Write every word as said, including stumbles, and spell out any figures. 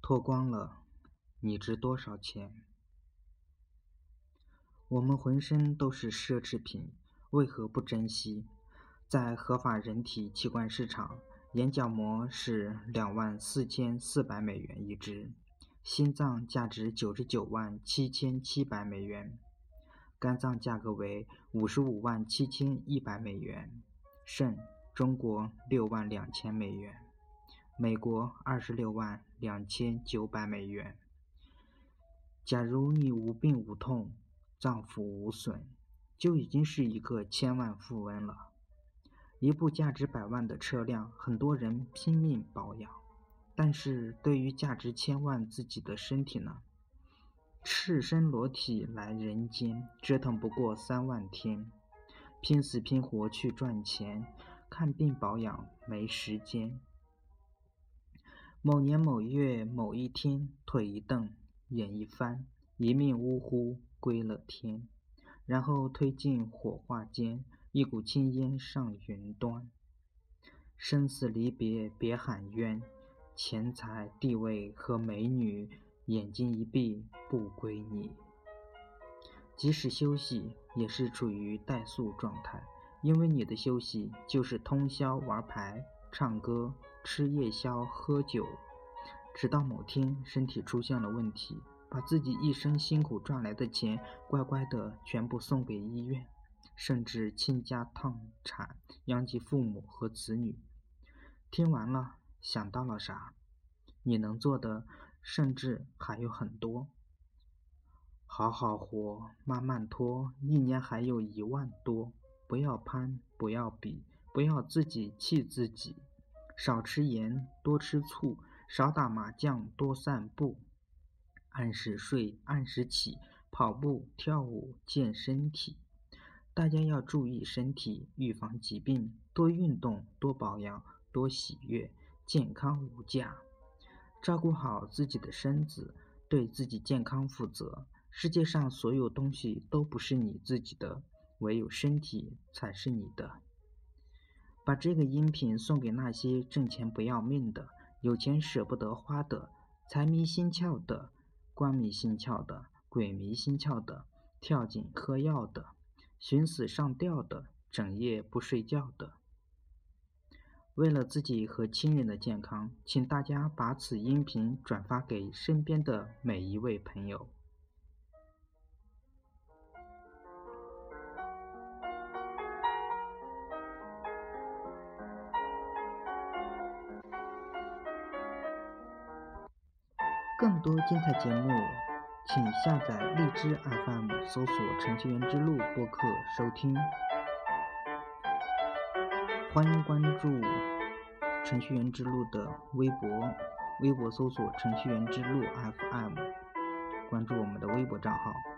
脱光了，你值多少钱？我们浑身都是奢侈品，为何不珍惜？在合法人体器官市场，眼角膜是两万四千四百美元一只，心脏价值九十九万七千七百美元，肝脏价格为五十五万七千一百美元，肾中国六万两千美元，美国二十六万两千九百美元。假如你无病无痛，脏腑无损，就已经是一个千万富翁了。一部价值百万的车辆，很多人拼命保养，但是对于价值千万自己的身体呢？赤身裸体来人间，折腾不过三万天，拼死拼活去赚钱，看病保养没时间。某年某月某一天，腿一蹬，眼一翻，一命呜呼归了天，然后推进火化间，一股青烟上云端。生死离别别喊冤，钱财地位和美女，眼睛一闭不归你。即使休息也是处于怠速状态，因为你的休息就是通宵玩牌、唱歌、吃夜宵、喝酒，直到某天身体出现了问题，把自己一生辛苦赚来的钱乖乖的全部送给医院，甚至倾家荡产养起父母和子女。听完了，想到了啥？你能做的甚至还有很多。好好活，慢慢拖，一年还有一万多。不要攀，不要比，不要自己气自己。少吃盐，多吃醋，少打麻将，多散步。按时睡，按时起，跑步、跳舞，健身体。大家要注意身体，预防疾病，多运动，多保养，多喜悦，健康无价。照顾好自己的身子，对自己健康负责。世界上所有东西都不是你自己的，唯有身体才是你的。把这个音频送给那些挣钱不要命的，有钱舍不得花的，财迷心窍的，官迷心窍的，鬼迷心窍的，跳井喝药的，寻死上吊的，整夜不睡觉的。为了自己和亲人的健康，请大家把此音频转发给身边的每一位朋友。更多精彩节目，请下载荔枝 F M， 搜索程序员之路播客收听。欢迎关注程序员之路的微博，微博搜索程序员之路 F M， 关注我们的微博账号。